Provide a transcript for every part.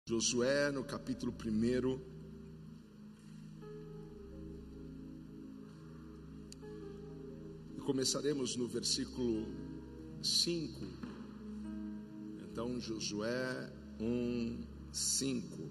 Josué, no capítulo 1. E começaremos no versículo 5. Então, Josué 1:5.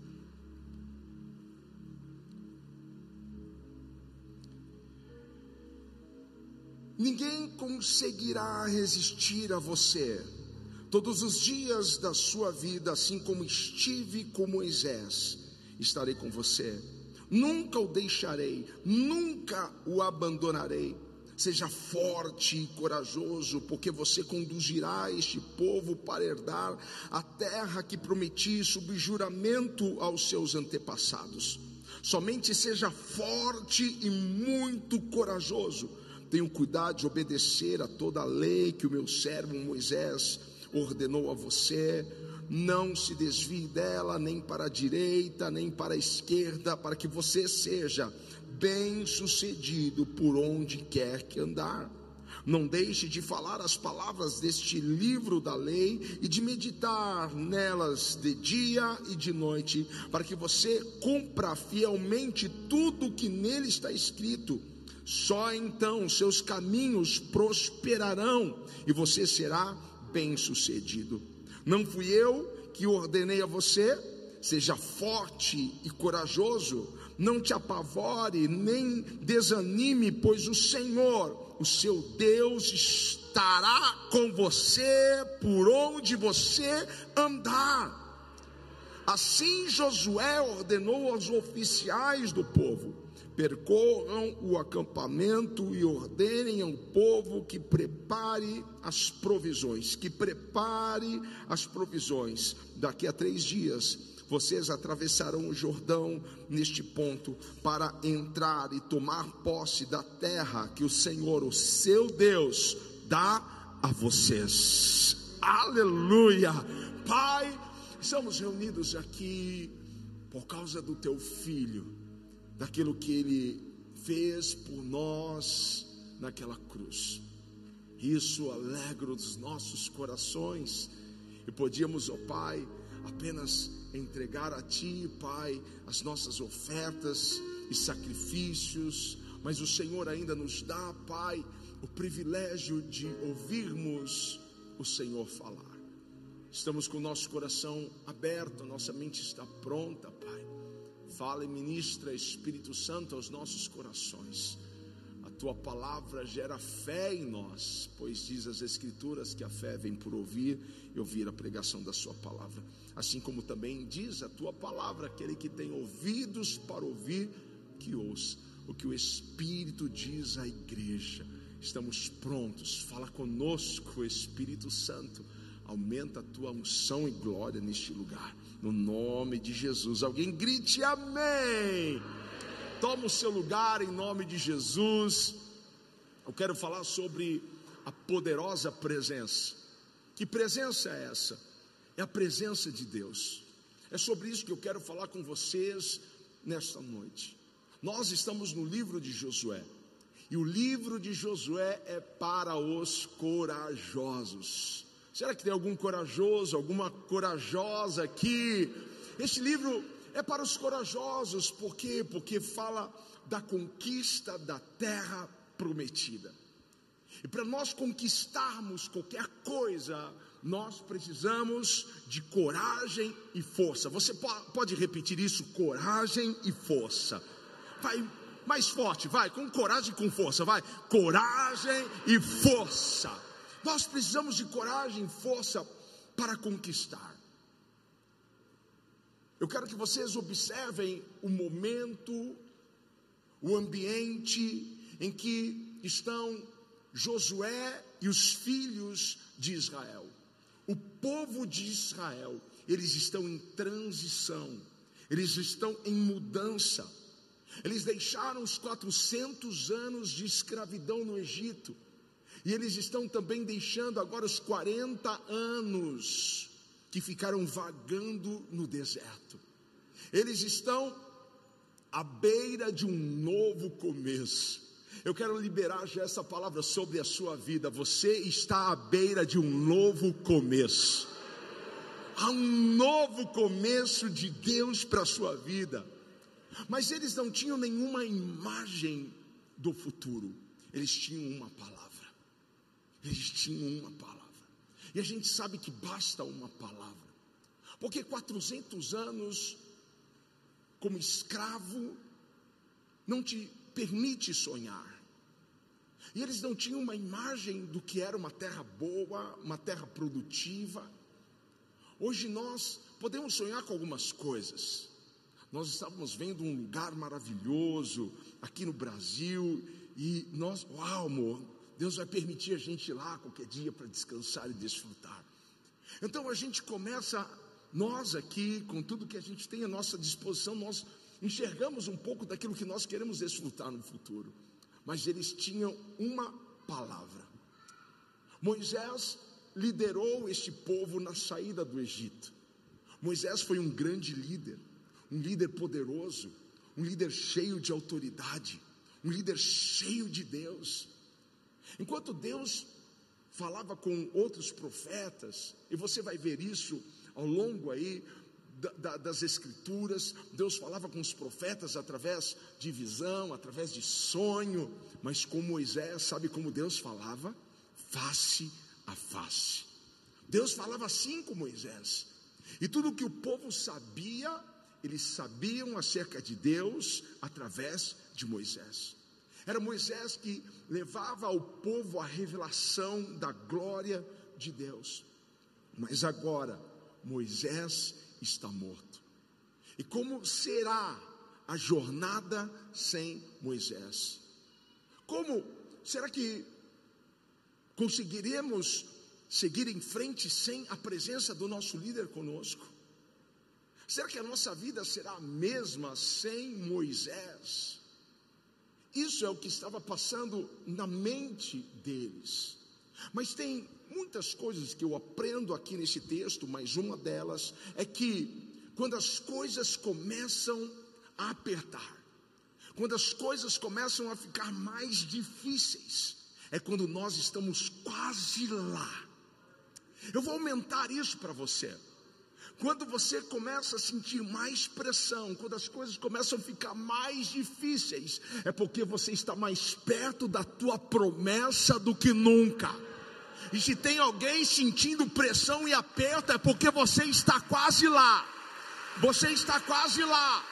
Ninguém conseguirá resistir a você todos os dias da sua vida, assim como estive com Moisés, estarei com você. Nunca o deixarei, nunca o abandonarei. Seja forte e corajoso, porque você conduzirá este povo para herdar a terra que prometi sob juramento aos seus antepassados. Somente seja forte e muito corajoso. Tenha cuidado de obedecer a toda a lei que o meu servo Moisés ordenou a você. Não se desvie dela, nem para a direita, nem para a esquerda, para que você seja bem sucedido por onde quer que andar. Não deixe de falar as palavras deste livro da lei e de meditar nelas de dia e de noite, para que você cumpra fielmente tudo o que nele está escrito. Só então seus caminhos prosperarão e você será bem-sucedido. Não fui eu que ordenei a você? Seja forte e corajoso. Não te apavore nem desanime, pois o Senhor, o seu Deus, estará com você por onde você andar. Assim Josué ordenou aos oficiais do povo: percorram o acampamento e ordenem ao povo que prepare as provisões. Daqui a 3 dias, vocês atravessarão o Jordão neste ponto para entrar e tomar posse da terra que o Senhor, o seu Deus, dá a vocês. Aleluia! Pai, estamos reunidos aqui por causa do teu filho, daquilo que ele fez por nós naquela cruz. Isso alegra os nossos corações. E podíamos, ó Pai, apenas entregar a Ti, Pai, as nossas ofertas e sacrifícios, mas o Senhor ainda nos dá, Pai, o privilégio de ouvirmos o Senhor falar. Estamos com o nosso coração aberto, nossa mente está pronta, Pai. Fala e ministra, Espírito Santo, aos nossos corações. A Tua palavra gera fé em nós, pois diz as Escrituras que a fé vem por ouvir e ouvir a pregação da Sua palavra. Assim como também diz a Tua palavra: aquele que tem ouvidos para ouvir, que ouça o que o Espírito diz à igreja. Estamos prontos. Fala conosco, Espírito Santo. Aumenta a Tua unção e glória neste lugar, no nome de Jesus. Alguém grite amém. Toma o seu lugar em nome de Jesus. Eu quero falar sobre a poderosa presença. Que presença é essa? É a presença de Deus. É sobre isso que eu quero falar com vocês nesta noite. Nós estamos no livro de Josué, e o livro de Josué é para os corajosos. Será que tem algum corajoso, alguma corajosa aqui? Este livro é para os corajosos. Por quê? Porque fala da conquista da terra prometida. E para nós conquistarmos qualquer coisa, nós precisamos de coragem e força. Você pode repetir isso? Coragem e força. Vai mais forte, vai, com coragem e com força, vai. Coragem e força. Nós precisamos de coragem e força para conquistar. Eu quero que vocês observem o momento, o ambiente em que estão Josué e os filhos de Israel. O povo de Israel, eles estão em transição, eles estão em mudança. Eles deixaram os 400 anos de escravidão no Egito, e eles estão também deixando agora os 40 anos que ficaram vagando no deserto. Eles estão à beira de um novo começo. Eu quero liberar já essa palavra sobre a sua vida. Você está à beira de um novo começo. Há um novo começo de Deus para a sua vida. Mas eles não tinham nenhuma imagem do futuro. Eles tinham uma palavra. Eles tinham uma palavra. E a gente sabe que basta uma palavra. Porque 400 anos como escravo não te permite sonhar. E eles não tinham uma imagem do que era uma terra boa, uma terra produtiva. Hoje nós podemos sonhar com algumas coisas. Nós estávamos vendo um lugar maravilhoso aqui no Brasil e nós, uau, amor, Deus vai permitir a gente ir lá qualquer dia para descansar e desfrutar. Então a gente começa, nós aqui, com tudo que a gente tem à nossa disposição, nós enxergamos um pouco daquilo que nós queremos desfrutar no futuro. Mas eles tinham uma palavra. Moisés liderou este povo na saída do Egito. Moisés foi um grande líder, um líder poderoso, um líder cheio de autoridade, um líder cheio de Deus. Enquanto Deus falava com outros profetas, e você vai ver isso ao longo aí das escrituras, Deus falava com os profetas através de visão, através de sonho, mas com Moisés, sabe como Deus falava? Face a face. Deus falava assim com Moisés, e tudo que o povo sabia, eles sabiam acerca de Deus através de Moisés. Era Moisés que levava ao povo a revelação da glória de Deus. Mas agora Moisés está morto. E como será a jornada sem Moisés? Como será que conseguiremos seguir em frente sem a presença do nosso líder conosco? Será que a nossa vida será a mesma sem Moisés? Isso é o que estava passando na mente deles. Mas tem muitas coisas que eu aprendo aqui nesse texto, mas uma delas é que quando as coisas começam a apertar, quando as coisas começam a ficar mais difíceis, é quando nós estamos quase lá. Eu vou aumentar isso para você. Quando você começa a sentir mais pressão, quando as coisas começam a ficar mais difíceis, é porque você está mais perto da tua promessa do que nunca. E se tem alguém sentindo pressão e aperto, é porque você está quase lá. Você está quase lá.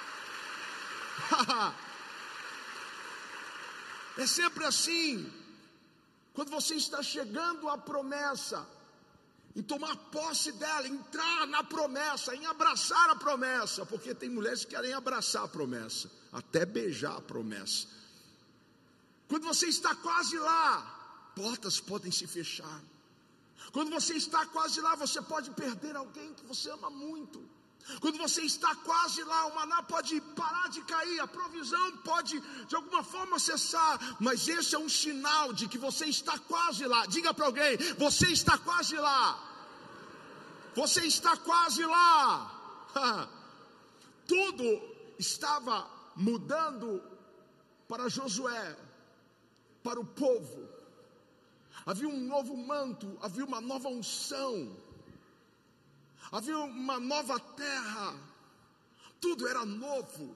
É sempre assim. Quando você está chegando à promessa, em tomar posse dela, entrar na promessa, em abraçar a promessa, porque tem mulheres que querem abraçar a promessa, até beijar a promessa. Quando você está quase lá, portas podem se fechar. Quando você está quase lá, você pode perder alguém que você ama muito. Quando você está quase lá, o maná pode parar de cair, a provisão pode de alguma forma cessar, mas esse é um sinal de que você está quase lá. Diga para alguém: você está quase lá. Você está quase lá. Tudo estava mudando para Josué, para o povo. Havia um novo manto, havia uma nova unção, havia uma nova terra. Tudo era novo,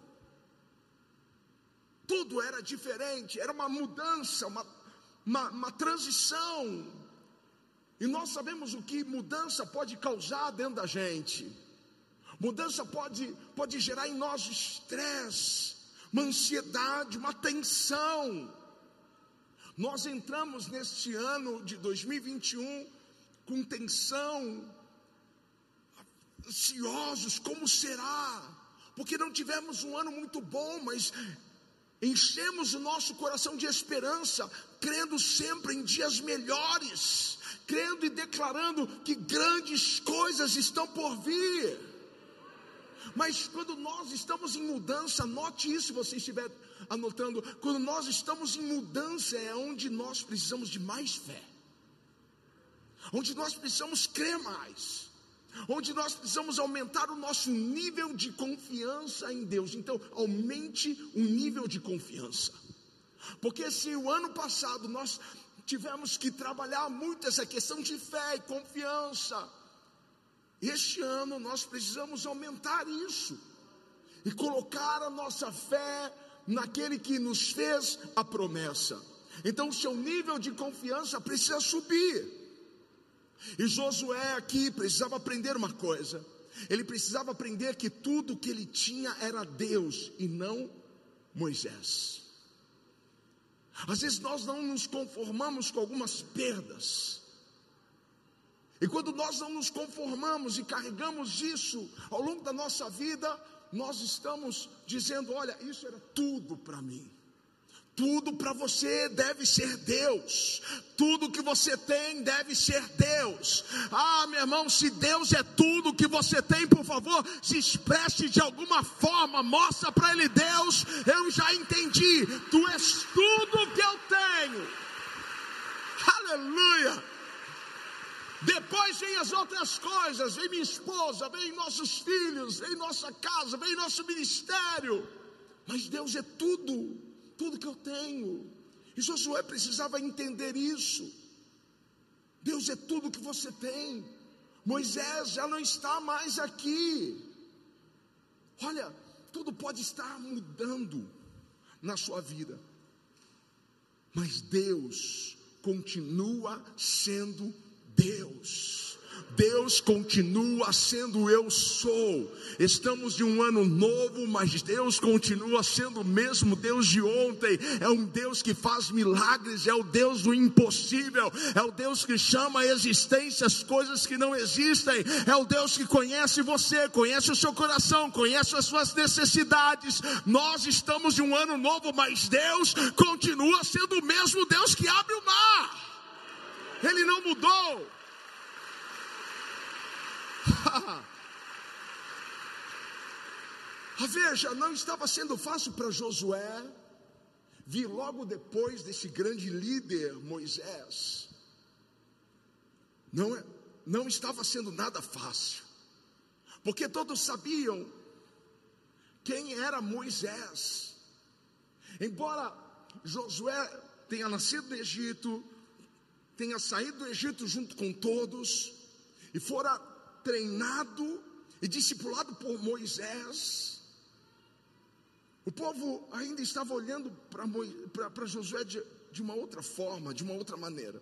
tudo era diferente, era uma mudança, uma transição. E nós sabemos o que mudança pode causar dentro da gente. Mudança pode gerar em nós estresse, uma ansiedade, uma tensão. Nós entramos neste ano de 2021 com tensão, ansiosos, como será? Porque não tivemos um ano muito bom, mas enchemos o nosso coração de esperança, crendo sempre em dias melhores, crendo e declarando que grandes coisas estão por vir. Mas quando nós estamos em mudança, note isso se você estiver anotando, quando nós estamos em mudança é onde nós precisamos de mais fé, onde nós precisamos crer mais, onde nós precisamos aumentar o nosso nível de confiança em Deus. Então aumente o nível de confiança, porque se o ano passado nós tivemos que trabalhar muito essa questão de fé e confiança, este ano nós precisamos aumentar isso e colocar a nossa fé naquele que nos fez a promessa. Então o seu nível de confiança precisa subir. E Josué aqui precisava aprender uma coisa. Ele precisava aprender que tudo que ele tinha era Deus e não Moisés. Às vezes nós não nos conformamos com algumas perdas. E quando nós não nos conformamos e carregamos isso ao longo da nossa vida, nós estamos dizendo: olha, isso era tudo para mim. Tudo para você deve ser Deus. Tudo que você tem deve ser Deus. Ah, meu irmão, se Deus é tudo que você tem, por favor, se expresse de alguma forma. Mostra para Ele: Deus, eu já entendi. Tu és tudo que eu tenho. Aleluia. Depois vem as outras coisas. Vem minha esposa, vem nossos filhos, vem nossa casa, vem nosso ministério. Mas Deus é tudo que eu tenho. E Josué precisava entender isso. Deus é tudo que você tem. Moisés já não está mais aqui. Olha, tudo pode estar mudando na sua vida, mas Deus continua sendo Deus. Deus continua sendo eu sou. Estamos de um ano novo, mas Deus continua sendo o mesmo Deus de ontem. É um Deus que faz milagres, é o Deus do impossível, é o Deus que chama à existência as coisas que não existem, é o Deus que conhece você, conhece o seu coração, conhece as suas necessidades. Nós estamos de um ano novo, mas Deus continua sendo o mesmo Deus que abre o mar. Ele não mudou. Veja, não estava sendo fácil para Josué vir logo depois desse grande líder Moisés. Não estava sendo nada fácil, porque todos sabiam quem era Moisés. Embora Josué tenha nascido no Egito, tenha saído do Egito junto com todos e fora treinado e discipulado por Moisés, o povo ainda estava olhando para Josué de uma outra forma, de uma outra maneira.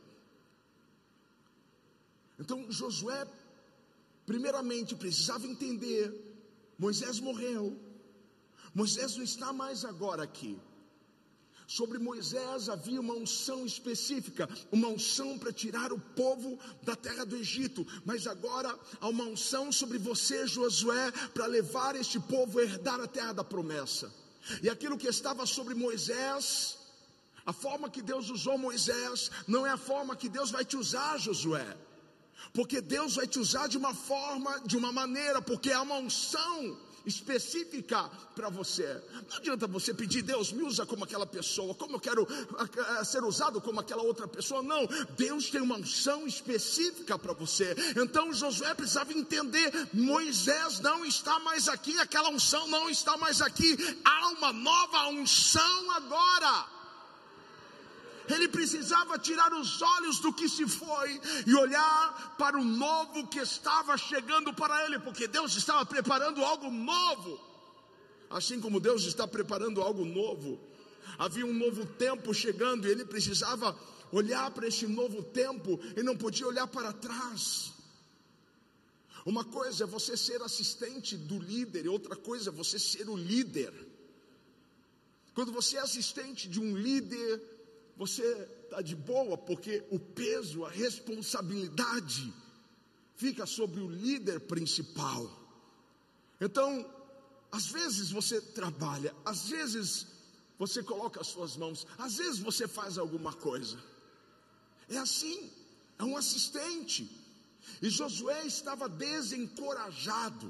Então Josué primeiramente precisava entender: Moisés morreu, Moisés não está mais agora aqui. Sobre Moisés havia uma unção específica, uma unção para tirar o povo da terra do Egito, mas agora há uma unção sobre você, Josué, para levar este povo a herdar a terra da promessa. E aquilo que estava sobre Moisés, a forma que Deus usou Moisés, não é a forma que Deus vai te usar, Josué, porque Deus vai te usar de uma forma, de uma maneira, porque há uma unção específica para você. Não adianta você pedir: Deus, me usa como aquela pessoa, como eu quero ser usado como aquela outra pessoa. Não, Deus tem uma unção específica para você. Então Josué precisava entender: Moisés não está mais aqui, aquela unção não está mais aqui, há uma nova unção agora. Ele precisava tirar os olhos do que se foi e olhar para o novo que estava chegando para ele, porque Deus estava preparando algo novo. Assim como Deus está preparando algo novo, havia um novo tempo chegando e ele precisava olhar para esse novo tempo e não podia olhar para trás. Uma coisa é você ser assistente do líder e outra coisa é você ser o líder. Quando você é assistente de um líder, você está de boa, porque o peso, a responsabilidade fica sobre o líder principal. Então, às vezes você trabalha, às vezes você coloca as suas mãos, às vezes você faz alguma coisa. É assim, é um assistente. E Josué estava desencorajado.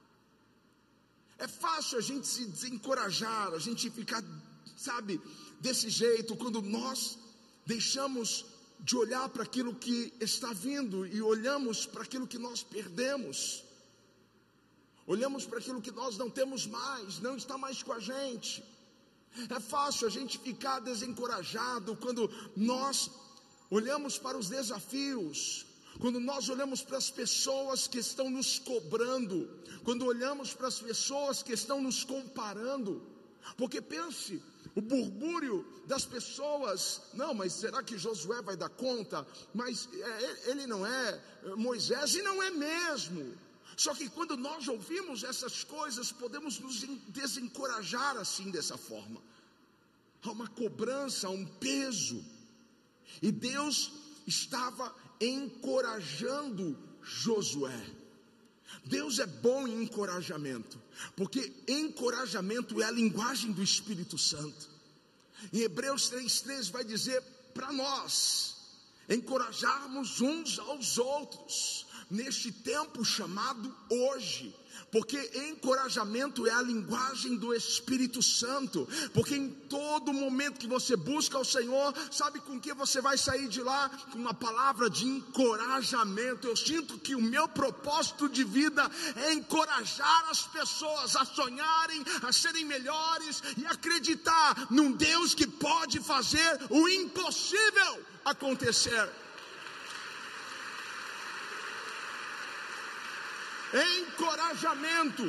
É fácil a gente se desencorajar, a gente ficar, desse jeito, quando nós deixamos de olhar para aquilo que está vindo e olhamos para aquilo que nós perdemos, olhamos para aquilo que nós não temos mais, não está mais com a gente. É fácil a gente ficar desencorajado quando nós olhamos para os desafios, quando nós olhamos para as pessoas que estão nos cobrando, quando olhamos para as pessoas que estão nos comparando, porque pense, o burbúrio das pessoas, não, mas será que Josué vai dar conta? Mas ele não é Moisés, e não é mesmo. Só que quando nós ouvimos essas coisas, podemos nos desencorajar assim, dessa forma. Há uma cobrança, há um peso. E Deus estava encorajando Josué. Deus é bom em encorajamento, porque encorajamento é a linguagem do Espírito Santo. Em Hebreus 3:3 vai dizer para nós encorajarmos uns aos outros neste tempo chamado hoje, porque encorajamento é a linguagem do Espírito Santo, porque em todo momento que você busca o Senhor, sabe com que você vai sair de lá? Com uma palavra de encorajamento. Eu sinto que o meu propósito de vida é encorajar as pessoas a sonharem, a serem melhores e acreditar num Deus que pode fazer o impossível acontecer. Encorajamento.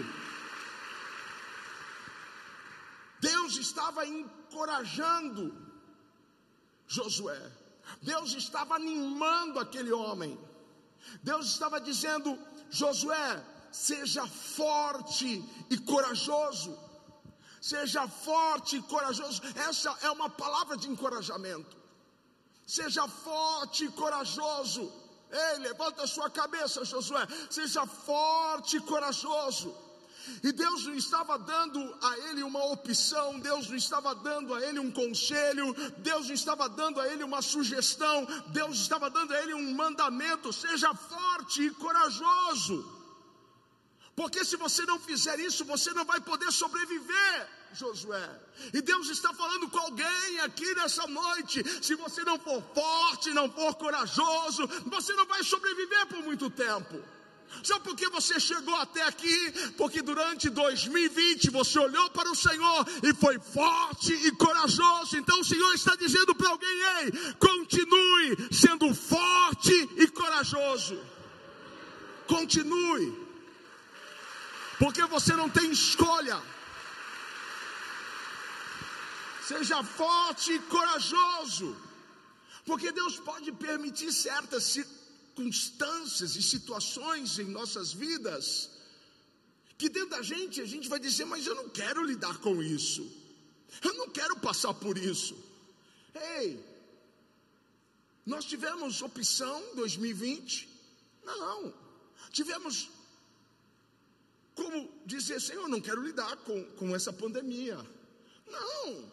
Deus estava encorajando Josué. Deus estava animando aquele homem. Deus estava dizendo: Josué, seja forte e corajoso. Seja forte e corajoso. Essa é uma palavra de encorajamento. Seja forte e corajoso. Ei, levanta a sua cabeça, Josué, seja forte e corajoso. E Deus não estava dando a ele uma opção, Deus não estava dando a ele um conselho, Deus não estava dando a ele uma sugestão, Deus estava dando a ele um mandamento: seja forte e corajoso. Porque se você não fizer isso, você não vai poder sobreviver, Josué. E Deus está falando com alguém aqui nessa noite: se você não for forte, não for corajoso, você não vai sobreviver por muito tempo. Sabe por que você chegou até aqui? Porque durante 2020 você olhou para o Senhor e foi forte e corajoso. Então o Senhor está dizendo para alguém: ei, continue sendo forte e corajoso. Continue. Porque você não tem escolha. Seja forte e corajoso. Porque Deus pode permitir certas circunstâncias e situações em nossas vidas, que dentro da gente a gente vai dizer: mas eu não quero lidar com isso. Eu não quero passar por isso. Ei, nós tivemos opção em 2020? Não. Tivemos como dizer: Senhor, eu não quero lidar com essa pandemia. Não.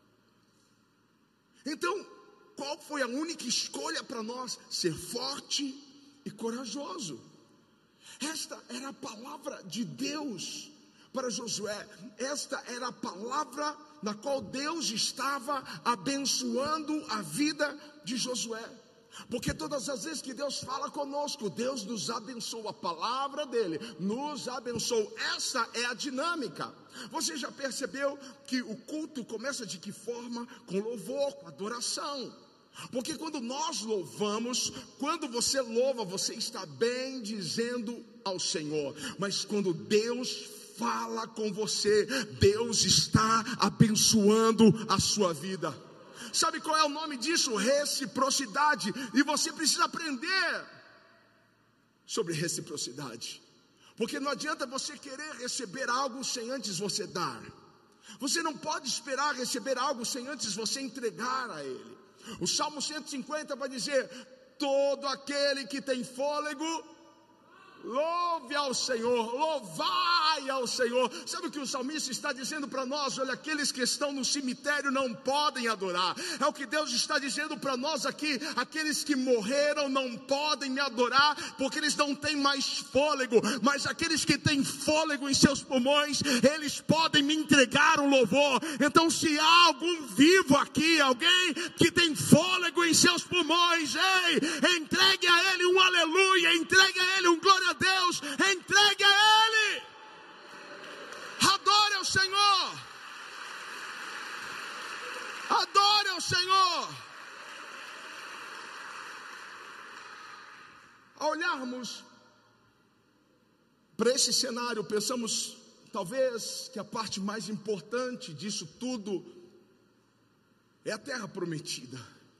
Então, qual foi a única escolha para nós? Ser forte e corajoso. Esta era a palavra de Deus para Josué. Esta era a palavra na qual Deus estava abençoando a vida de Josué. Porque todas as vezes que Deus fala conosco, Deus nos abençoa, a palavra dele nos abençoa. Essa é a dinâmica. Você já percebeu que o culto começa de que forma? Com louvor, com adoração. Porque quando nós louvamos, quando você louva, você está bem dizendo ao Senhor. Mas quando Deus fala com você, Deus está abençoando a sua vida. Sabe qual é o nome disso? Reciprocidade. E você precisa aprender sobre reciprocidade. Porque não adianta você querer receber algo sem antes você dar. Você não pode esperar receber algo sem antes você entregar a Ele. O Salmo 150 vai dizer: todo aquele que tem fôlego, louve ao Senhor, louvai ao Senhor. Sabe o que o salmista está dizendo para nós? Olha, aqueles que estão no cemitério não podem adorar. É o que Deus está dizendo para nós aqui: aqueles que morreram não podem me adorar, porque eles não têm mais fôlego. Mas aqueles que têm fôlego em seus pulmões, eles podem me entregar um louvor. Então, se há algum vivo aqui, alguém que tem fôlego em seus pulmões, ei, entregue a Ele um aleluia, entregue a Ele um glória a Deus, entregue a Ele, adore ao Senhor, adore ao Senhor. Ao olharmos para esse cenário, pensamos talvez que a parte mais importante disso tudo é a terra prometida.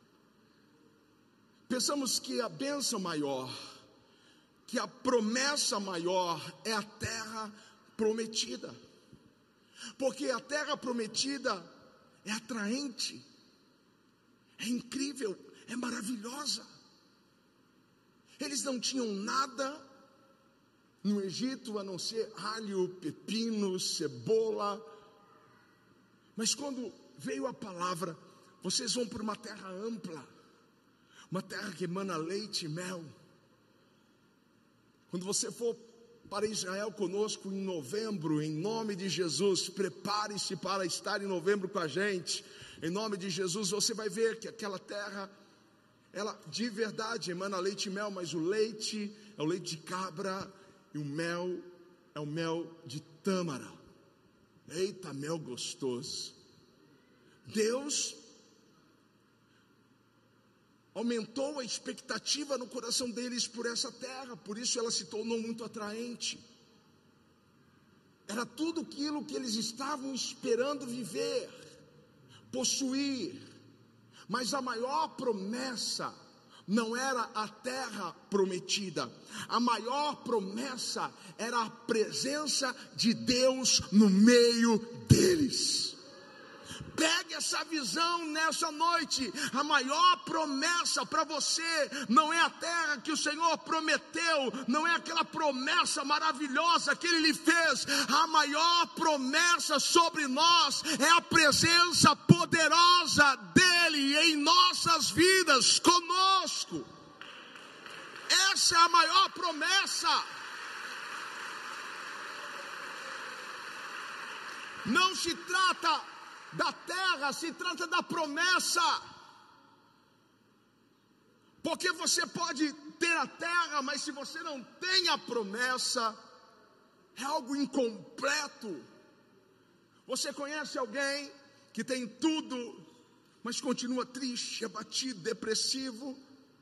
Pensamos que a bênção maior, que a promessa maior é a terra prometida. Porque a terra prometida é atraente, é incrível, é maravilhosa. Eles não tinham nada no Egito a não ser alho, pepino, cebola. Mas quando veio a palavra, vocês vão para uma terra ampla, uma terra que emana leite e mel. Quando você for para Israel conosco em novembro, em nome de Jesus, prepare-se para estar em novembro com a gente. Em nome de Jesus, você vai ver que aquela terra, ela de verdade emana leite e mel, mas o leite é o leite de cabra e o mel é o mel de tâmara. Eita, mel gostoso. Deus aumentou a expectativa no coração deles por essa terra, por isso ela se tornou muito atraente. Era tudo aquilo que eles estavam esperando viver, possuir. Mas a maior promessa não era a terra prometida. A maior promessa era a presença de Deus no meio deles. Pegue essa visão nessa noite. A maior promessa para você não é a terra que o Senhor prometeu, não é aquela promessa maravilhosa que Ele lhe fez. A maior promessa sobre nós é a presença poderosa dEle em nossas vidas, conosco. Essa é a maior promessa. Não se trata da terra, se trata da promessa. Porque você pode ter a terra, mas se você não tem a promessa, é algo incompleto. Você conhece alguém que tem tudo, mas continua triste, abatido, depressivo?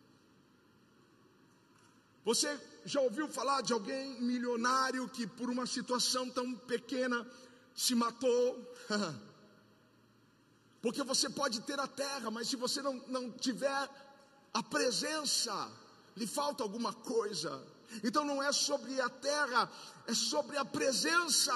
Você já ouviu falar de alguém milionário que por uma situação tão pequena se matou? Porque você pode ter a terra, mas se você não tiver a presença, lhe falta alguma coisa. Então não é sobre a terra, é sobre a presença.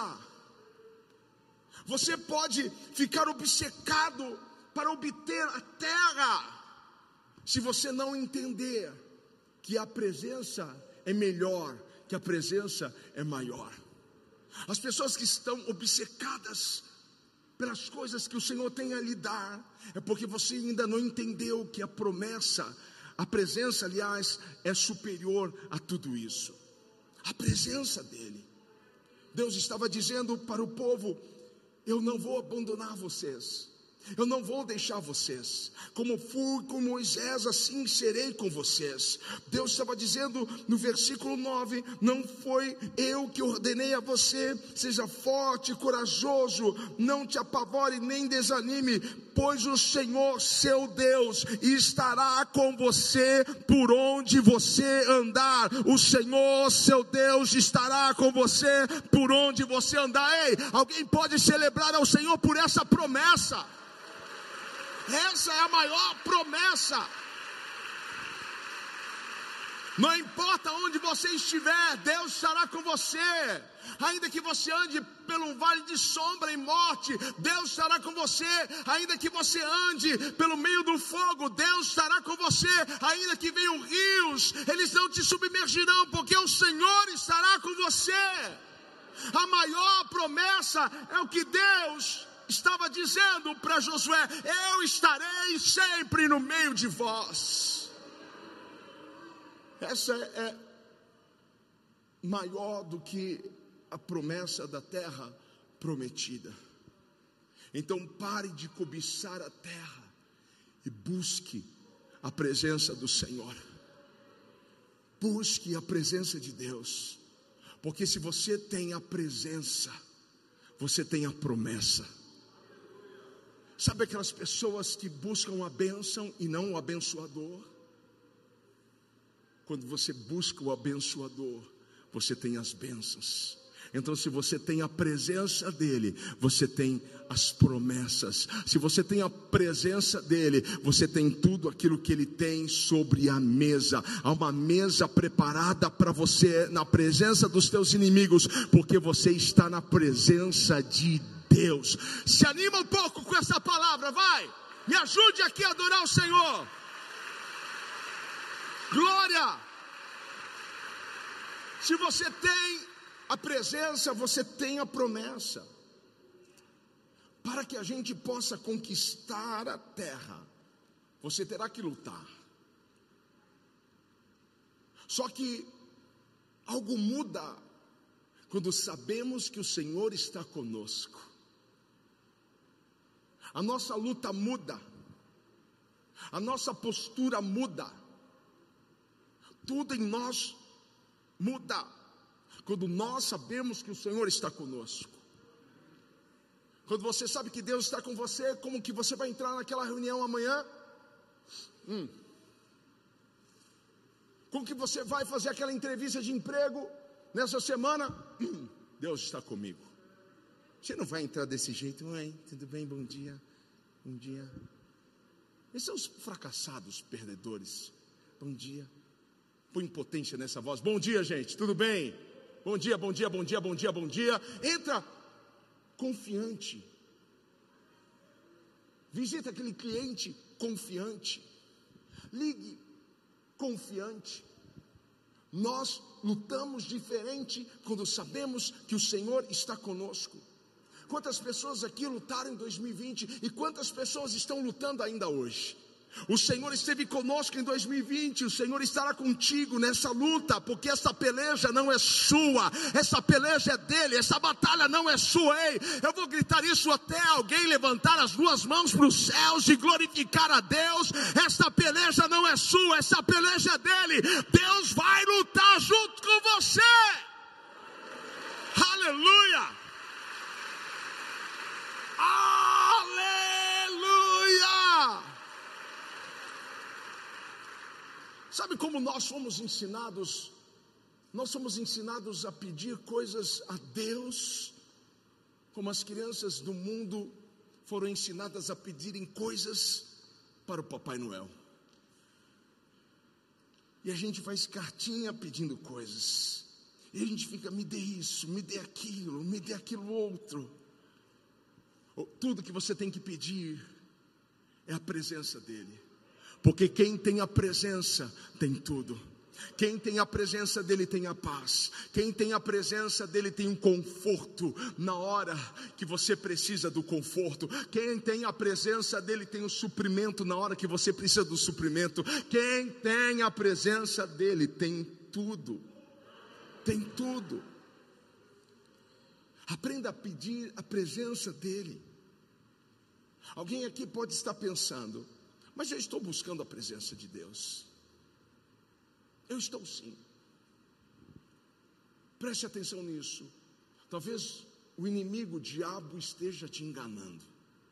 Você pode ficar obcecado para obter a terra, se você não entender que a presença é melhor, que a presença é maior. As pessoas que estão obcecadas pelas coisas que o Senhor tem a lhe dar, é porque você ainda não entendeu que a promessa, a presença, aliás, é superior a tudo isso. A presença dEle. Deus estava dizendo para o povo: eu não vou abandonar vocês, eu não vou deixar vocês. Como fui com Moisés, assim serei com vocês. Deus estava dizendo no versículo 9: não foi eu que ordenei a você, seja forte e corajoso, não te apavore nem desanime, pois o Senhor seu Deus estará com você por onde você andar. O Senhor seu Deus estará com você por onde você andar. Ei, alguém pode celebrar ao Senhor por essa promessa? Essa é a maior promessa. Não importa onde você estiver, Deus estará com você. Ainda que você ande pelo vale de sombra e morte, Deus estará com você. Ainda que você ande pelo meio do fogo, Deus estará com você. Ainda que venham rios, eles não te submergirão, porque o Senhor estará com você. A maior promessa é o que Deus estava dizendo para Josué: eu estarei sempre no meio de vós. Essa é maior do que a promessa da terra prometida. Então pare de cobiçar a terra e busque a presença do Senhor. Busque a presença de Deus, porque se você tem a presença, você tem a promessa. Sabe aquelas pessoas que buscam a bênção e não o abençoador? Quando você busca o abençoador, você tem as bênçãos. Então, se você tem a presença dele, você tem as promessas. Se você tem a presença dele, você tem tudo aquilo que ele tem sobre a mesa. Há uma mesa preparada para você na presença dos teus inimigos, porque você está na presença de Deus. Se anima um pouco com essa palavra, vai. Me ajude aqui a adorar o Senhor. Glória. Se você tem a presença, você tem a promessa. Para que a gente possa conquistar a terra, você terá que lutar. Só que algo muda quando sabemos que o Senhor está conosco. A nossa luta muda, a nossa postura muda, tudo em nós muda quando nós sabemos que o Senhor está conosco. Quando você sabe que Deus está com você, como que você vai entrar naquela reunião amanhã? Como que você vai fazer aquela entrevista de emprego nessa semana? Deus está comigo. Você não vai entrar desse jeito. Oi, tudo bem? Bom dia. Bom dia. Esses são os fracassados perdedores. Bom dia. Põe potência nessa voz. Bom dia, gente, tudo bem? Bom dia, bom dia, bom dia, bom dia, bom dia. Entra confiante. Visita aquele cliente confiante. Ligue confiante. Nós lutamos diferente quando sabemos que o Senhor está conosco. Quantas pessoas aqui lutaram em 2020 e quantas pessoas estão lutando ainda hoje? O Senhor esteve conosco em 2020, o Senhor estará contigo nessa luta, porque essa peleja não é sua, essa peleja é dele, essa batalha não é sua. Ei, eu vou gritar isso até alguém levantar as duas mãos para os céus e glorificar a Deus. Essa peleja não é sua, essa peleja é dele. Deus vai lutar junto com você. Aleluia. Aleluia. Sabe como nós somos ensinados? Nós somos ensinados a pedir coisas a Deus, como as crianças do mundo foram ensinadas a pedirem coisas para o Papai Noel. E a gente faz cartinha pedindo coisas, e a gente fica, me dê isso, me dê aquilo outro. Tudo que você tem que pedir é a presença dele. Porque quem tem a presença tem tudo. Quem tem a presença dele tem a paz. Quem tem a presença dele tem um conforto na hora que você precisa do conforto. Quem tem a presença dele tem o suprimento na hora que você precisa do suprimento. Quem tem a presença dele tem tudo. Tem tudo. Aprenda a pedir a presença dele. Alguém aqui pode estar pensando, mas eu estou buscando a presença de Deus. Eu estou sim. Preste atenção nisso. Talvez o inimigo, o diabo, esteja te enganando.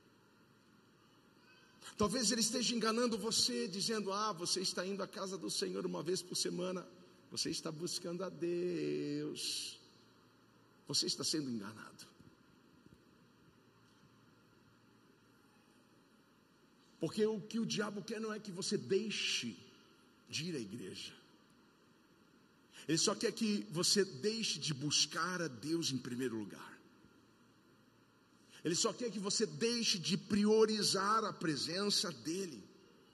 Talvez ele esteja enganando você, dizendo, você está indo à casa do Senhor uma vez por semana. Você está buscando a Deus. Você está sendo enganado. Porque o que o diabo quer não é que você deixe de ir à igreja. Ele só quer que você deixe de buscar a Deus em primeiro lugar. Ele só quer que você deixe de priorizar a presença dele.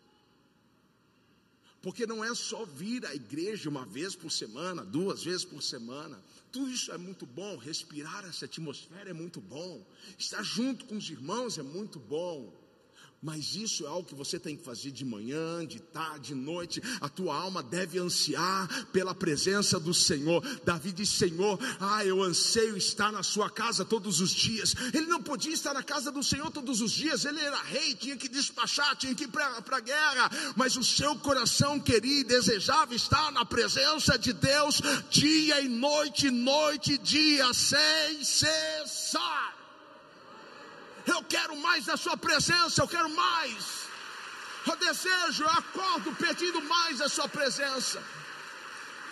Porque não é só vir à igreja uma vez por semana, 2 vezes por semana. Tudo isso é muito bom, respirar essa atmosfera é muito bom. Estar junto com os irmãos é muito bom. Mas isso é algo que você tem que fazer de manhã, de tarde, de noite. A tua alma deve ansiar pela presença do Senhor. Davi diz, Senhor, eu anseio estar na sua casa todos os dias. Ele não podia estar na casa do Senhor todos os dias. Ele era rei, tinha que despachar, tinha que ir para a guerra. Mas o seu coração queria e desejava estar na presença de Deus dia e noite, noite e dia, sem cessar. Eu quero mais da sua presença, eu quero mais. Eu desejo, eu acordo pedindo mais da sua presença.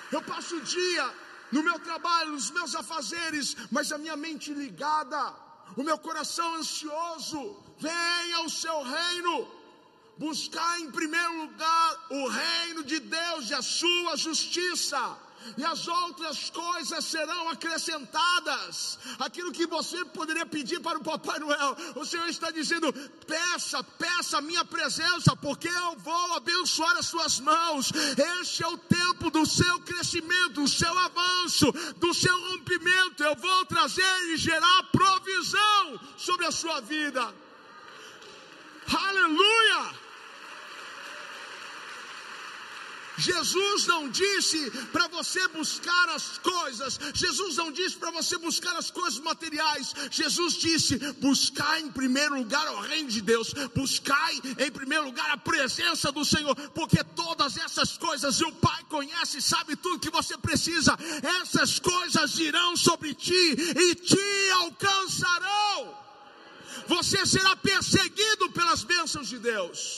Eu passo o dia no meu trabalho, nos meus afazeres, mas a minha mente ligada, o meu coração ansioso. Venha o seu reino. Buscar em primeiro lugar o reino de Deus e a sua justiça, e as outras coisas serão acrescentadas. Aquilo que você poderia pedir para o Papai Noel, o Senhor está dizendo: peça a minha presença, porque eu vou abençoar as suas mãos. Este é o tempo do seu crescimento, do seu avanço, do seu rompimento. Eu vou trazer e gerar provisão sobre a sua vida. Aleluia! Jesus não disse para você buscar as coisas, Jesus não disse para você buscar as coisas materiais. Jesus disse: buscai em primeiro lugar o reino de Deus, buscai em primeiro lugar a presença do Senhor, porque todas essas coisas o Pai conhece e sabe tudo que você precisa. Essas coisas virão sobre ti e te alcançarão. Você será perseguido pelas bênçãos de Deus.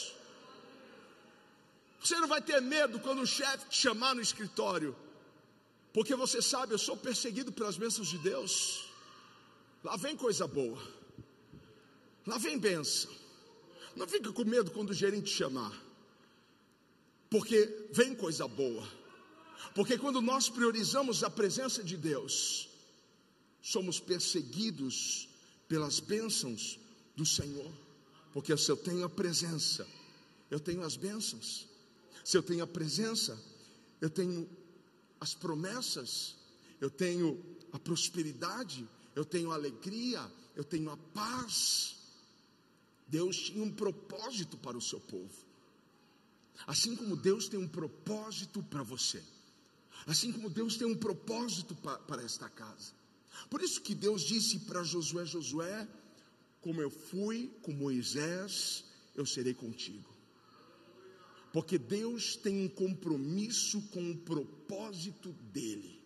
Você não vai ter medo quando o chefe te chamar no escritório, porque você sabe: eu sou perseguido pelas bênçãos de Deus. Lá vem coisa boa, lá vem bênção. Não fica com medo quando o gerente te chamar, porque vem coisa boa. Porque quando nós priorizamos a presença de Deus, somos perseguidos pelas bênçãos do Senhor. Porque se eu tenho a presença, eu tenho as bênçãos. Se eu tenho a presença, eu tenho as promessas, eu tenho a prosperidade, eu tenho a alegria, eu tenho a paz. Deus tinha um propósito para o seu povo, assim como Deus tem um propósito para você, assim como Deus tem um propósito para esta casa. Por isso que Deus disse para Josué: Josué, como eu fui com Moisés, eu serei contigo. Porque Deus tem um compromisso com o propósito dele.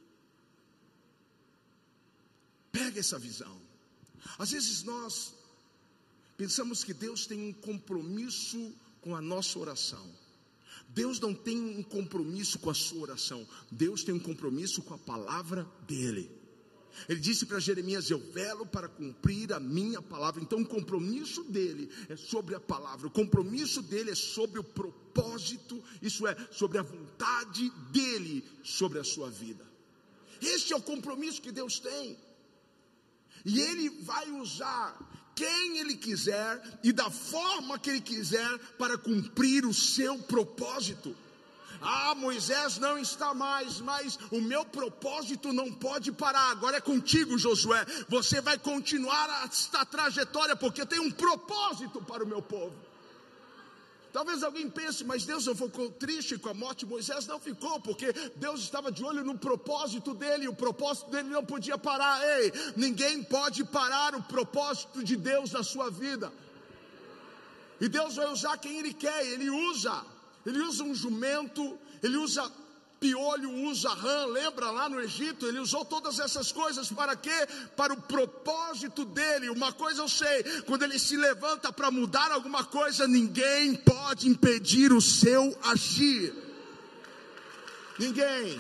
Pega essa visão. Às vezes nós pensamos que Deus tem um compromisso com a nossa oração. Deus não tem um compromisso com a sua oração. Deus tem um compromisso com a palavra dele. Ele disse para Jeremias: eu velo para cumprir a minha palavra. Então o compromisso dele é sobre a palavra, o compromisso dele é sobre o propósito, isso é, sobre a vontade dele sobre a sua vida. Este é o compromisso que Deus tem, e ele vai usar quem ele quiser e da forma que ele quiser para cumprir o seu propósito. Moisés não está mais, mas o meu propósito não pode parar. Agora é contigo, Josué. Você vai continuar esta trajetória, porque tem um propósito para o meu povo. Talvez alguém pense: mas Deus não ficou triste com a morte de Moisés? Não ficou, porque Deus estava de olho no propósito dele, e o propósito dele não podia parar. Ei, ninguém pode parar o propósito de Deus na sua vida. E Deus vai usar quem ele quer. Ele usa um jumento, ele usa piolho, usa rã. Lembra lá no Egito? Ele usou todas essas coisas para quê? Para o propósito dele. Uma coisa eu sei: quando ele se levanta para mudar alguma coisa, ninguém pode impedir o seu agir. Ninguém.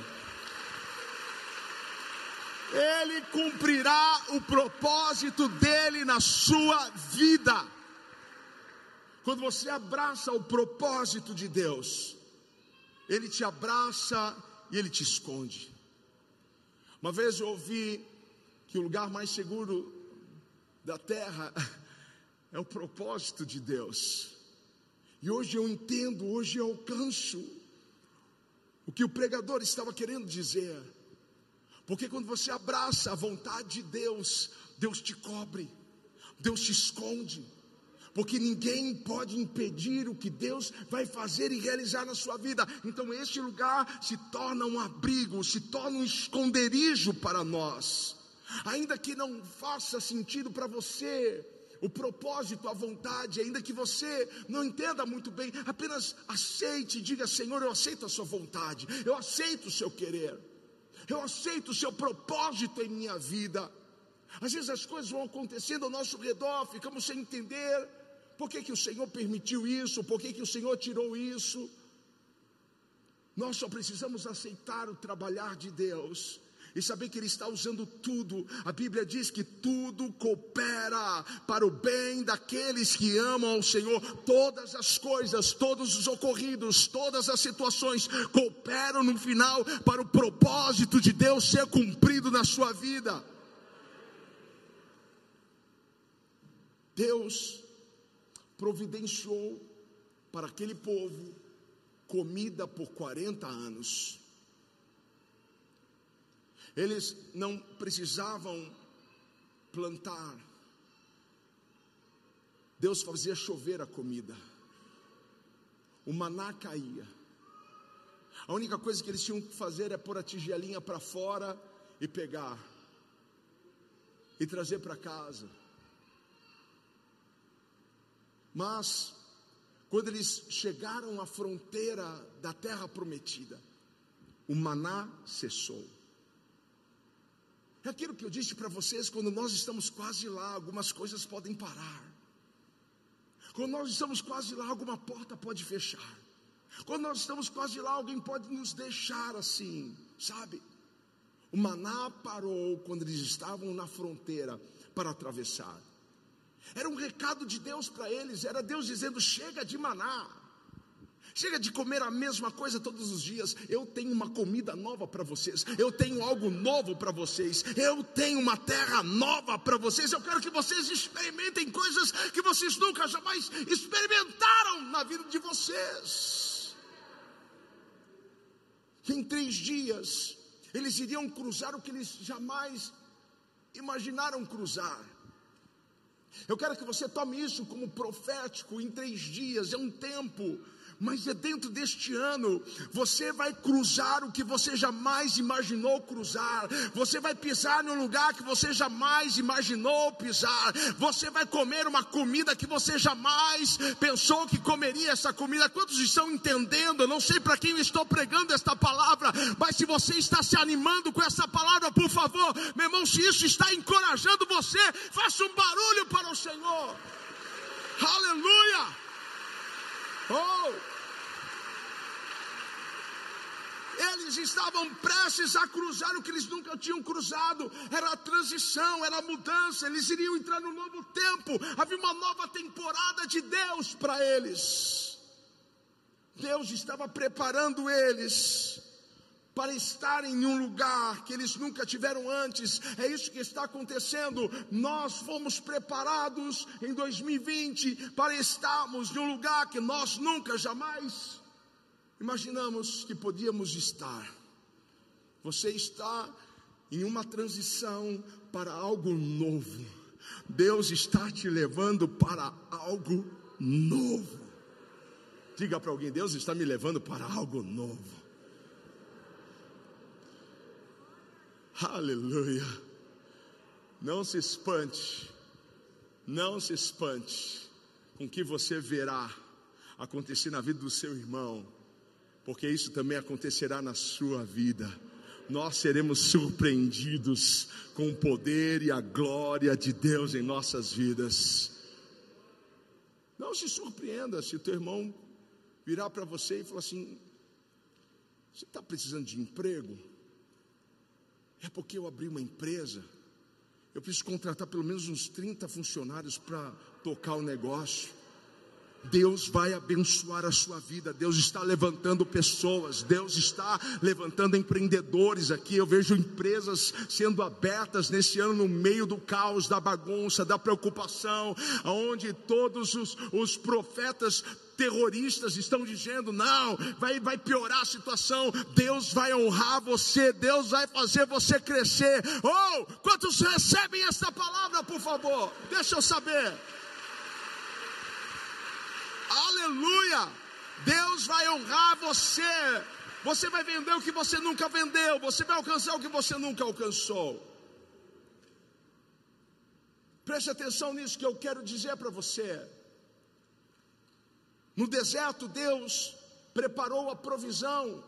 Ele cumprirá o propósito dele na sua vida. Quando você abraça o propósito de Deus, ele te abraça e ele te esconde. Uma vez eu ouvi que o lugar mais seguro da terra é o propósito de Deus. E hoje eu entendo, hoje eu alcanço o que o pregador estava querendo dizer. Porque quando você abraça a vontade de Deus, Deus te cobre, Deus te esconde. Porque ninguém pode impedir o que Deus vai fazer e realizar na sua vida. Então este lugar se torna um abrigo, se torna um esconderijo para nós. Ainda que não faça sentido para você o propósito, a vontade, ainda que você não entenda muito bem, apenas aceite e diga: Senhor, eu aceito a sua vontade, eu aceito o seu querer, eu aceito o seu propósito em minha vida. Às vezes as coisas vão acontecendo ao nosso redor, ficamos sem entender por que o Senhor permitiu isso, por que o Senhor tirou isso. Nós só precisamos aceitar o trabalhar de Deus e saber que Ele está usando tudo. A Bíblia diz que tudo coopera para o bem daqueles que amam ao Senhor. Todas as coisas, todos os ocorridos, todas as situações cooperam no final para o propósito de Deus ser cumprido na sua vida. Deus providenciou para aquele povo comida por 40 anos. Eles não precisavam plantar. Deus fazia chover a comida. O maná caía. A única coisa que eles tinham que fazer é pôr a tigelinha para fora e pegar e trazer para casa. Mas quando eles chegaram à fronteira da terra prometida, o maná cessou. É aquilo que eu disse para vocês: quando nós estamos quase lá, algumas coisas podem parar. Quando nós estamos quase lá, alguma porta pode fechar. Quando nós estamos quase lá, alguém pode nos deixar assim, sabe? O maná parou quando eles estavam na fronteira para atravessar. Era um recado de Deus para eles, era Deus dizendo: chega de maná, chega de comer a mesma coisa todos os dias. Eu tenho uma comida nova para vocês, eu tenho algo novo para vocês, eu tenho uma terra nova para vocês. Eu quero que vocês experimentem coisas que vocês nunca jamais experimentaram na vida de vocês. Que em 3 dias eles iriam cruzar o que eles jamais imaginaram cruzar. Eu quero que você tome isso como profético. Em 3 dias, é um tempo, mas é dentro deste ano. Você vai cruzar o que você jamais imaginou cruzar. Você vai pisar num lugar que você jamais imaginou pisar. Você vai comer uma comida que você jamais pensou que comeria essa comida. Quantos estão entendendo? Eu não sei para quem eu estou pregando esta palavra, mas se você está se animando com essa palavra, por favor, meu irmão, se isso está encorajando você, faça um barulho para o Senhor. Aleluia! Oh! Eles estavam prestes a cruzar o que eles nunca tinham cruzado. Era a transição, era a mudança. Eles iriam entrar num novo tempo. Havia uma nova temporada de Deus para eles. Deus estava preparando eles para estarem em um lugar que eles nunca tiveram antes. É isso que está acontecendo. Nós fomos preparados em 2020 para estarmos em um lugar que nós nunca jamais imaginamos que podíamos estar. Você está em uma transição para algo novo. Deus está te levando para algo novo. Diga para alguém: Deus está me levando para algo novo. Aleluia. Não se espante. Não se espante com o que você verá acontecer na vida do seu irmão, porque isso também acontecerá na sua vida. Nós seremos surpreendidos com o poder e a glória de Deus em nossas vidas. Não se surpreenda se o teu irmão virar para você e falar assim: você está precisando de emprego? É porque eu abri uma empresa, eu preciso contratar pelo menos uns 30 funcionários para tocar o negócio. Deus vai abençoar a sua vida. Deus está levantando pessoas, Deus está levantando empreendedores aqui. Eu vejo empresas sendo abertas nesse ano no meio do caos, da bagunça, da preocupação, onde todos os profetas terroristas estão dizendo: não, vai piorar a situação. Deus vai honrar você, Deus vai fazer você crescer. Oh, quantos recebem essa palavra, por favor? Deixa eu saber. Aleluia! Deus vai honrar você. Você vai vender o que você nunca vendeu. Você vai alcançar o que você nunca alcançou. Preste atenção nisso que eu quero dizer para você. No deserto, Deus preparou a provisão.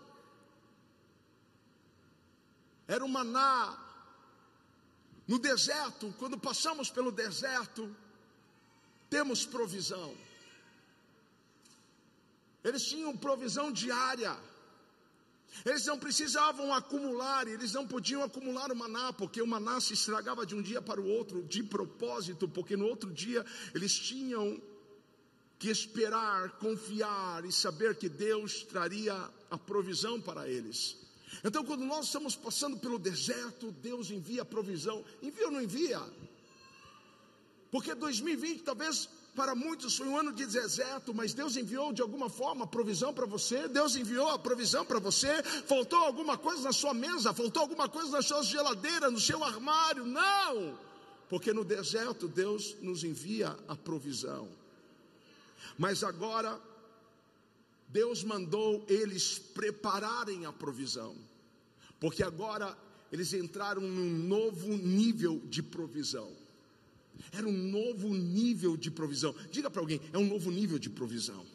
Era o maná. No deserto, quando passamos pelo deserto, temos provisão. Eles tinham provisão diária. Eles não precisavam acumular, eles não podiam acumular o maná, porque o maná se estragava de um dia para o outro, de propósito, porque no outro dia eles tinham que esperar, confiar e saber que Deus traria a provisão para eles. Então, quando nós estamos passando pelo deserto, Deus envia a provisão. Envia ou não envia? Porque 2020 talvez para muitos foi um ano de deserto, mas Deus enviou de alguma forma a provisão para você. Deus enviou a provisão para você. Faltou alguma coisa na sua mesa? Faltou alguma coisa na sua geladeira, no seu armário? Não! Porque no deserto Deus nos envia a provisão. Mas agora Deus mandou eles prepararem a provisão, porque agora eles entraram num novo nível de provisão. Era um novo nível de provisão. Diga para alguém, é um novo nível de provisão.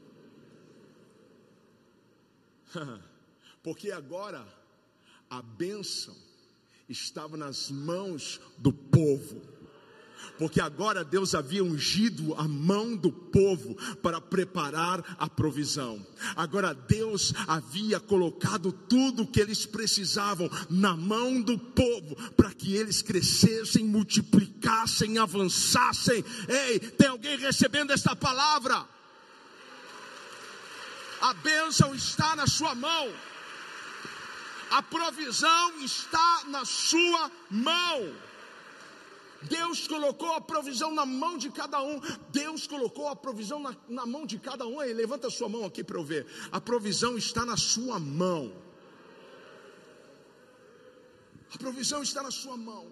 Porque agora a bênção estava nas mãos do povo. Porque agora Deus havia ungido a mão do povo para preparar a provisão. Agora Deus havia colocado tudo o que eles precisavam na mão do povo, para que eles crescessem, multiplicassem, avançassem. Ei, tem alguém recebendo esta palavra? A bênção está na sua mão. A provisão está na sua mão. Deus colocou a provisão na mão de cada um. Deus colocou a provisão na mão de cada um. Aí, levanta a sua mão aqui para eu ver. A provisão está na sua mão. A provisão está na sua mão.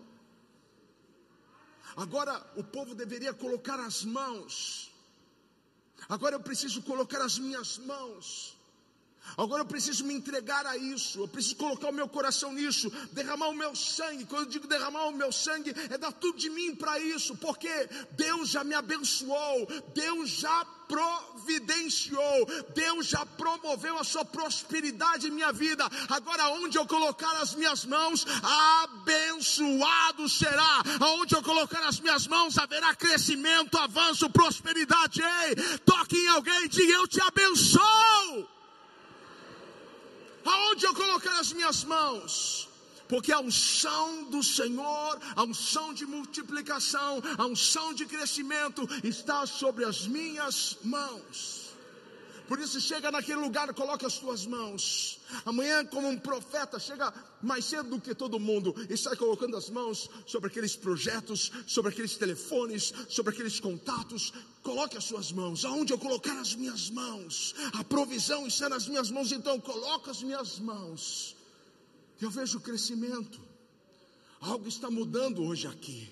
Agora o povo deveria colocar as mãos. Agora eu preciso colocar as minhas mãos. Agora eu preciso me entregar a isso. Eu preciso colocar o meu coração nisso, derramar o meu sangue. Quando eu digo derramar o meu sangue, é dar tudo de mim para isso. Porque Deus já me abençoou, Deus já providenciou, Deus já promoveu a sua prosperidade em minha vida. Agora onde eu colocar as minhas mãos, abençoado será. Aonde eu colocar as minhas mãos, haverá crescimento, avanço, prosperidade. Ei, toque em alguém e diga: eu te abençoo. Aonde eu colocar as minhas mãos? Porque a unção do Senhor, a unção de multiplicação, a unção de crescimento está sobre as minhas mãos. Por isso chega naquele lugar, coloca as tuas mãos. Amanhã, como um profeta, chega mais cedo do que todo mundo e sai colocando as mãos sobre aqueles projetos, sobre aqueles telefones, sobre aqueles contatos. Coloque as suas mãos. Aonde eu colocar as minhas mãos, a provisão está nas minhas mãos. Então coloco as minhas mãos. Eu vejo o crescimento. Algo está mudando hoje aqui.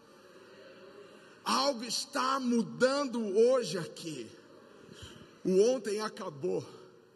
Algo está mudando hoje aqui. O ontem acabou.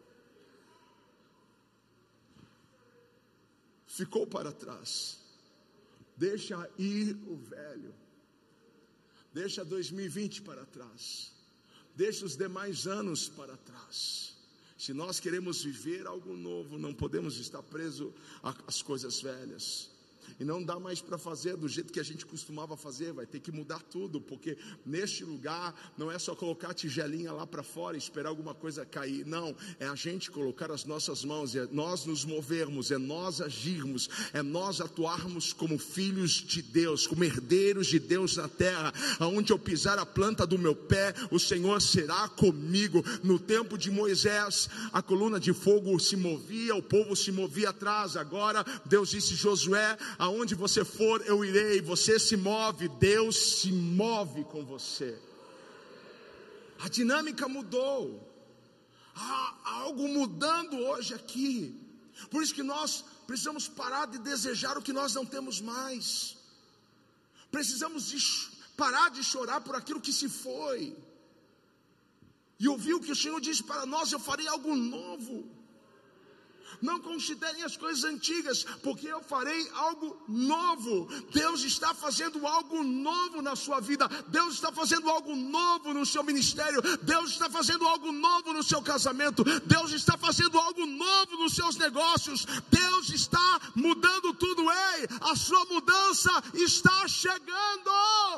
Ficou para trás. Deixa ir o velho. Deixa 2020 para trás. Deixa os demais anos para trás. Se nós queremos viver algo novo, não podemos estar presos às coisas velhas. E não dá mais para fazer do jeito que a gente costumava fazer. Vai ter que mudar tudo, porque neste lugar não é só colocar a tigelinha lá para fora e esperar alguma coisa cair. Não, é a gente colocar as nossas mãos, é nós nos movermos, é nós agirmos, é nós atuarmos como filhos de Deus, como herdeiros de Deus na terra. Aonde eu pisar a planta do meu pé, o Senhor será comigo. No tempo de Moisés, a coluna de fogo se movia, o povo se movia atrás. Agora Deus disse: Josué, aonde você for eu irei. Você se move, Deus se move com você. A dinâmica mudou. Há algo mudando hoje aqui. Por isso que nós precisamos parar de desejar o que nós não temos mais. Precisamos parar de chorar por aquilo que se foi e ouvir o que o Senhor disse para nós: eu farei algo novo. Não considerem as coisas antigas, porque eu farei algo novo. Deus está fazendo algo novo na sua vida. Deus está fazendo algo novo no seu ministério. Deus está fazendo algo novo no seu casamento. Deus está fazendo algo novo nos seus negócios. Deus está mudando tudo. Ei, a sua mudança está chegando.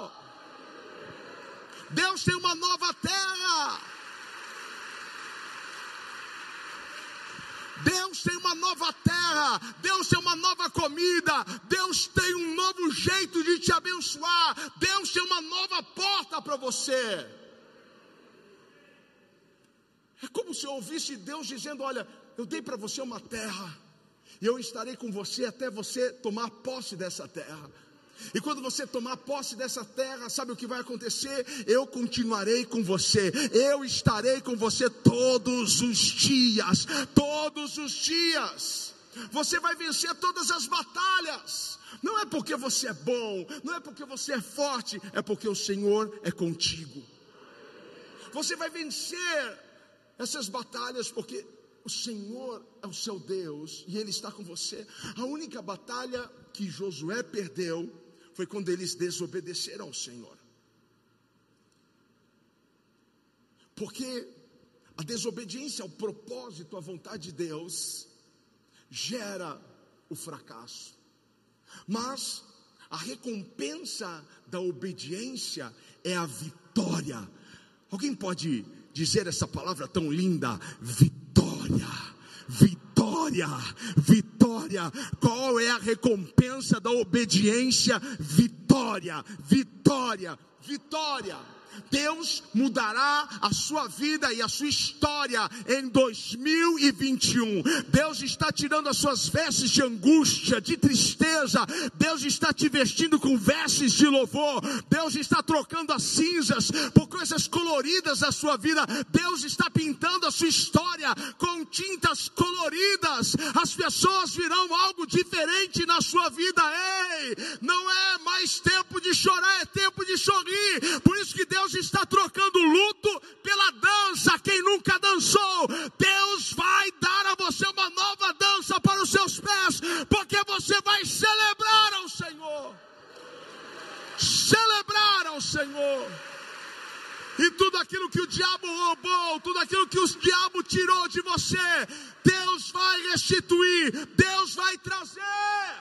Deus tem uma nova terra. Deus tem uma nova terra, Deus tem uma nova comida, Deus tem um novo jeito de te abençoar, Deus tem uma nova porta para você. É como se eu ouvisse Deus dizendo: olha, eu dei para você uma terra, e eu estarei com você até você tomar posse dessa terra. E quando você tomar posse dessa terra, sabe o que vai acontecer? Eu continuarei com você, eu estarei com você todos os dias, todos os dias. Você vai vencer todas as batalhas. Não é porque você é bom, não é porque você é forte, é porque o Senhor é contigo. Você vai vencer essas batalhas porque o Senhor é o seu Deus e Ele está com você. A única batalha que Josué perdeu foi quando eles desobedeceram ao Senhor. Porque a desobediência ao propósito, à vontade de Deus, gera o fracasso. Mas a recompensa da obediência é a vitória. Alguém pode dizer essa palavra tão linda? Vitória, vitória, vitória. Qual é a recompensa da obediência? Vitória, vitória, vitória. Deus mudará a sua vida e a sua história em 2021. Deus está tirando as suas vestes de angústia, de tristeza. Deus está te vestindo com vestes de louvor. Deus está trocando as cinzas por coisas coloridas da sua vida. Deus está pintando a sua história com tintas coloridas. As pessoas virão algo diferente na sua vida. Ei, não é mais tempo de chorar, é tempo de sorrir. Por isso que Deus está trocando luto pela dança. Quem nunca dançou, Deus vai dar a você uma nova dança para os seus pés, porque você vai celebrar ao Senhor. Celebrar ao Senhor. E tudo aquilo que o diabo roubou, tudo aquilo que o diabo tirou de você, Deus vai restituir, Deus vai trazer.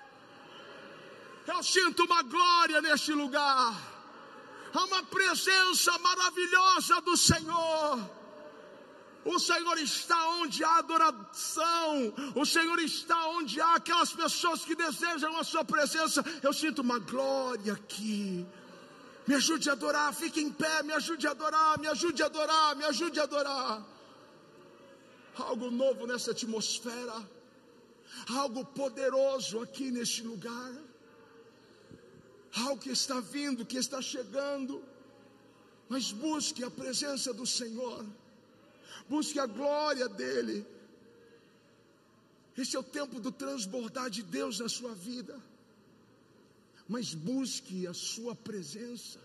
Eu sinto uma glória neste lugar. Há uma presença maravilhosa do Senhor. O Senhor está onde há adoração. O Senhor está onde há aquelas pessoas que desejam a sua presença. Eu sinto uma glória aqui. Me ajude a adorar, fique em pé, me ajude a adorar, me ajude a adorar, me ajude a adorar. Algo novo nessa atmosfera. Algo poderoso aqui neste lugar. Algo que está vindo, que está chegando. Mas busque a presença do Senhor. Busque a glória dEle. Esse é o tempo do transbordar de Deus na sua vida. Mas busque a sua presença.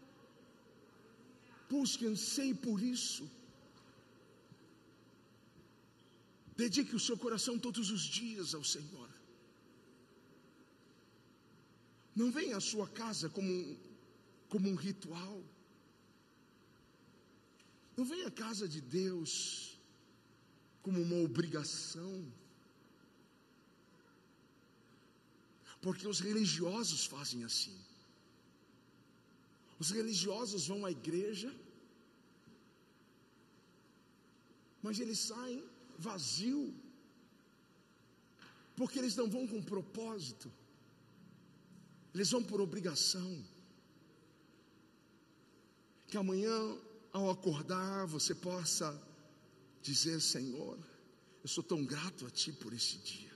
Busque, anseie por isso. Dedique o seu coração todos os dias ao Senhor. Não venha à sua casa como um ritual. Não venha à casa de Deus como uma obrigação. Porque os religiosos fazem assim. Os religiosos vão à igreja, mas eles saem vazio, porque eles não vão com propósito. Eles vão por obrigação. Que amanhã, ao acordar, você possa dizer: Senhor, eu sou tão grato a Ti por esse dia.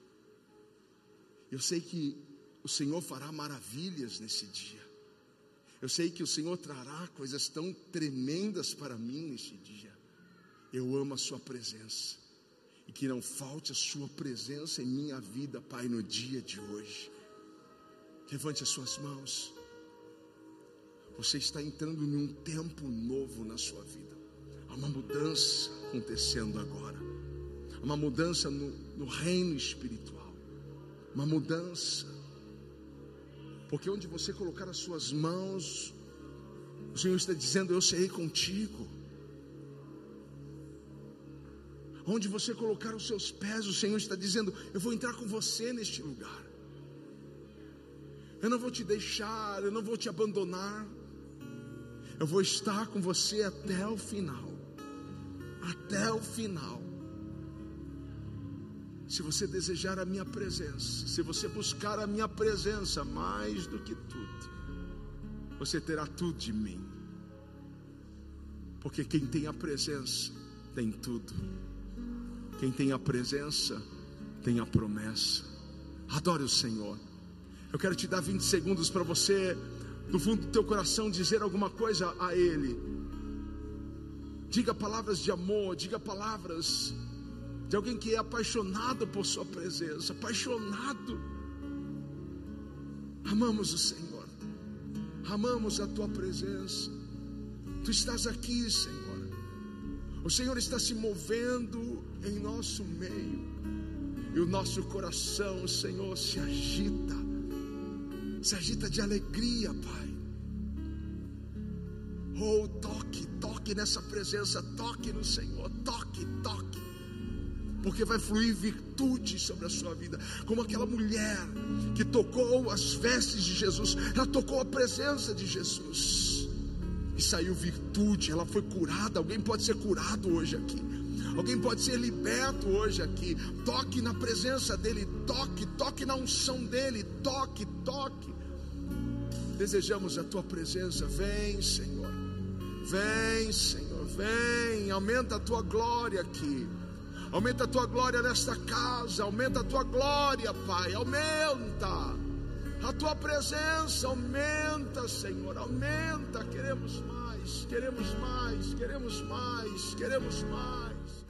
Eu sei que o Senhor fará maravilhas nesse dia. Eu sei que o Senhor trará coisas tão tremendas para mim nesse dia. Eu amo a Sua presença. E que não falte a Sua presença em minha vida, Pai, no dia de hoje. Levante as suas mãos. Você está entrando em um tempo novo na sua vida. Há uma mudança acontecendo agora. Há uma mudança no reino espiritual. Uma mudança. Porque onde você colocar as suas mãos, o Senhor está dizendo: eu serei contigo. Onde você colocar os seus pés, o Senhor está dizendo: eu vou entrar com você neste lugar. Eu não vou te deixar, eu não vou te abandonar. Eu vou estar com você até o final. Até o final. Se você desejar a minha presença, se você buscar a minha presença mais do que tudo, você terá tudo de mim. Porque quem tem a presença tem tudo. Quem tem a presença tem a promessa. Adore o Senhor. Eu quero te dar 20 segundos para você, no fundo do teu coração, dizer alguma coisa a Ele. Diga palavras de amor, diga palavras de alguém que é apaixonado por sua presença, apaixonado. Amamos o Senhor, amamos a tua presença. Tu estás aqui, Senhor. O Senhor está se movendo em nosso meio, e o nosso coração, Senhor, se agita de alegria, Pai. Oh, toque nessa presença, toque no Senhor, toque, porque vai fluir virtude sobre a sua vida, como aquela mulher que tocou as vestes de Jesus, ela tocou a presença de Jesus, e saiu virtude, ela foi curada. Alguém pode ser curado hoje aqui, alguém pode ser liberto hoje aqui. Toque na presença dEle, toque na unção dEle, toque. Desejamos a tua presença. Vem, Senhor, vem, aumenta a tua glória aqui, aumenta a tua glória nesta casa, aumenta a tua glória, Pai, aumenta a tua presença, aumenta, Senhor, aumenta. Queremos mais.